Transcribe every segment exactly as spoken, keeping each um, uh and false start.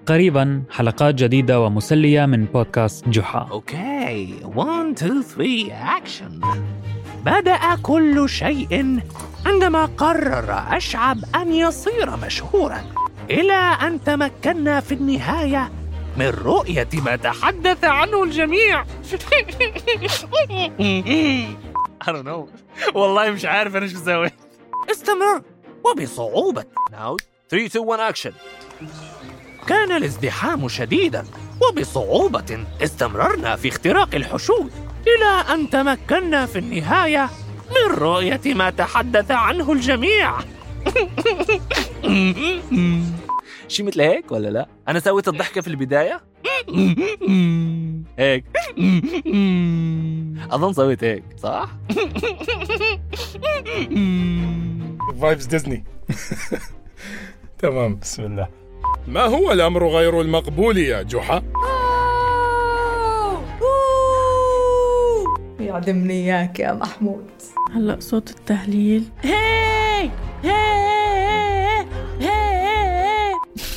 قريباً حلقات جديدة ومسلية من بودكاست جحا. أوكي واحد اثنين ثلاثة أكشن. بدأ كل شيء عندما قرر أشعب أن يصير مشهوراً، إلى أن تمكنا في النهاية من رؤية ما تحدث عنه الجميع. I don't know. والله مش عارف أنا شو سوي. استمر وبصعوبة. Now three two one action. كان الازدحام شديداً، وبصعوبة استمررنا في اختراق الحشود إلى أن تمكنا في النهاية من رؤية ما تحدث عنه الجميع. شي مثل هيك ولا لا؟ أنا سويت الضحكة في البداية؟ هيك أظن سويت هيك صح؟ فايبس ديزني. تمام، بسم الله. ما هو الأمر غير المقبول يا جحا؟ يعدمني إياك يا محمود. هلأ صوت التهليل. هاي هاي هاي.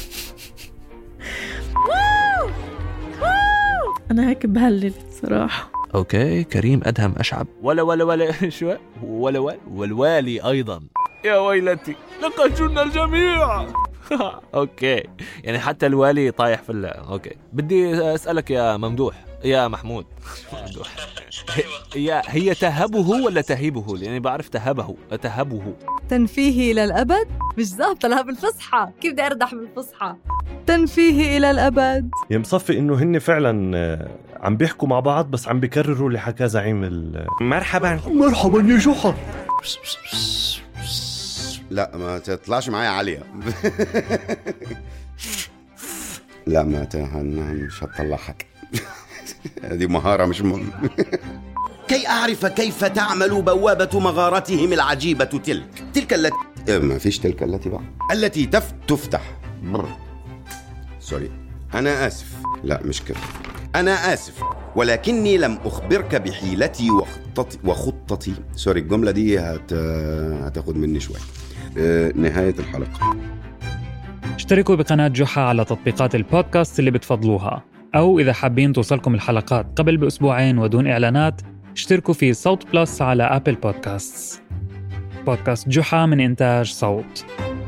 أنا هيك بهلل صراحة. أوكي كريم أدهم أشعب ولا ولا ولا شو ولا ولا والوالي أيضا. يا ويلتي لقد جن الجميع. أوكي يعني حتى الوالي طايح في ال... أوكي بدي أسألك يا ممدوح يا محمود. ممدوح. هي هي تهبه ولا تهيبه؟ لأني بعرف تهبه تهبه. تنفيه إلى الأبد؟ مش ظابطة لها بالفصحى، كيف بدي أردح بالفصحى؟ تنفيه إلى الأبد. يا مصفي إنه هن فعلا عم بيحكوا مع بعض بس عم بيكرروا اللي حكاه زعيم ال... مرحبا مرحبا يا جحا. لا ما تطلعش معايا عالية. لا ما تهنا مش هتطلع حاجة. هذه مهارة مش مهم. كي أعرف كيف تعمل بوابة مغارتهم العجيبة تلك تلك التي ما فيش تلك التي بقى التي تف... تفتح بر. سوري أنا آسف. لا مش كده، أنا آسف ولكني لم أخبرك بحيلتي وخطتي وخطتي سوري الجملة دي هت... هتاخد مني شوية. أه... نهاية الحلقة. اشتركوا بقناة جحا على تطبيقات البودكاست اللي بتفضلوها، أو إذا حابين توصلكم الحلقات قبل بأسبوعين ودون إعلانات اشتركوا في صوت بلس على أبل بودكاست. بودكاست جحا من إنتاج صوت.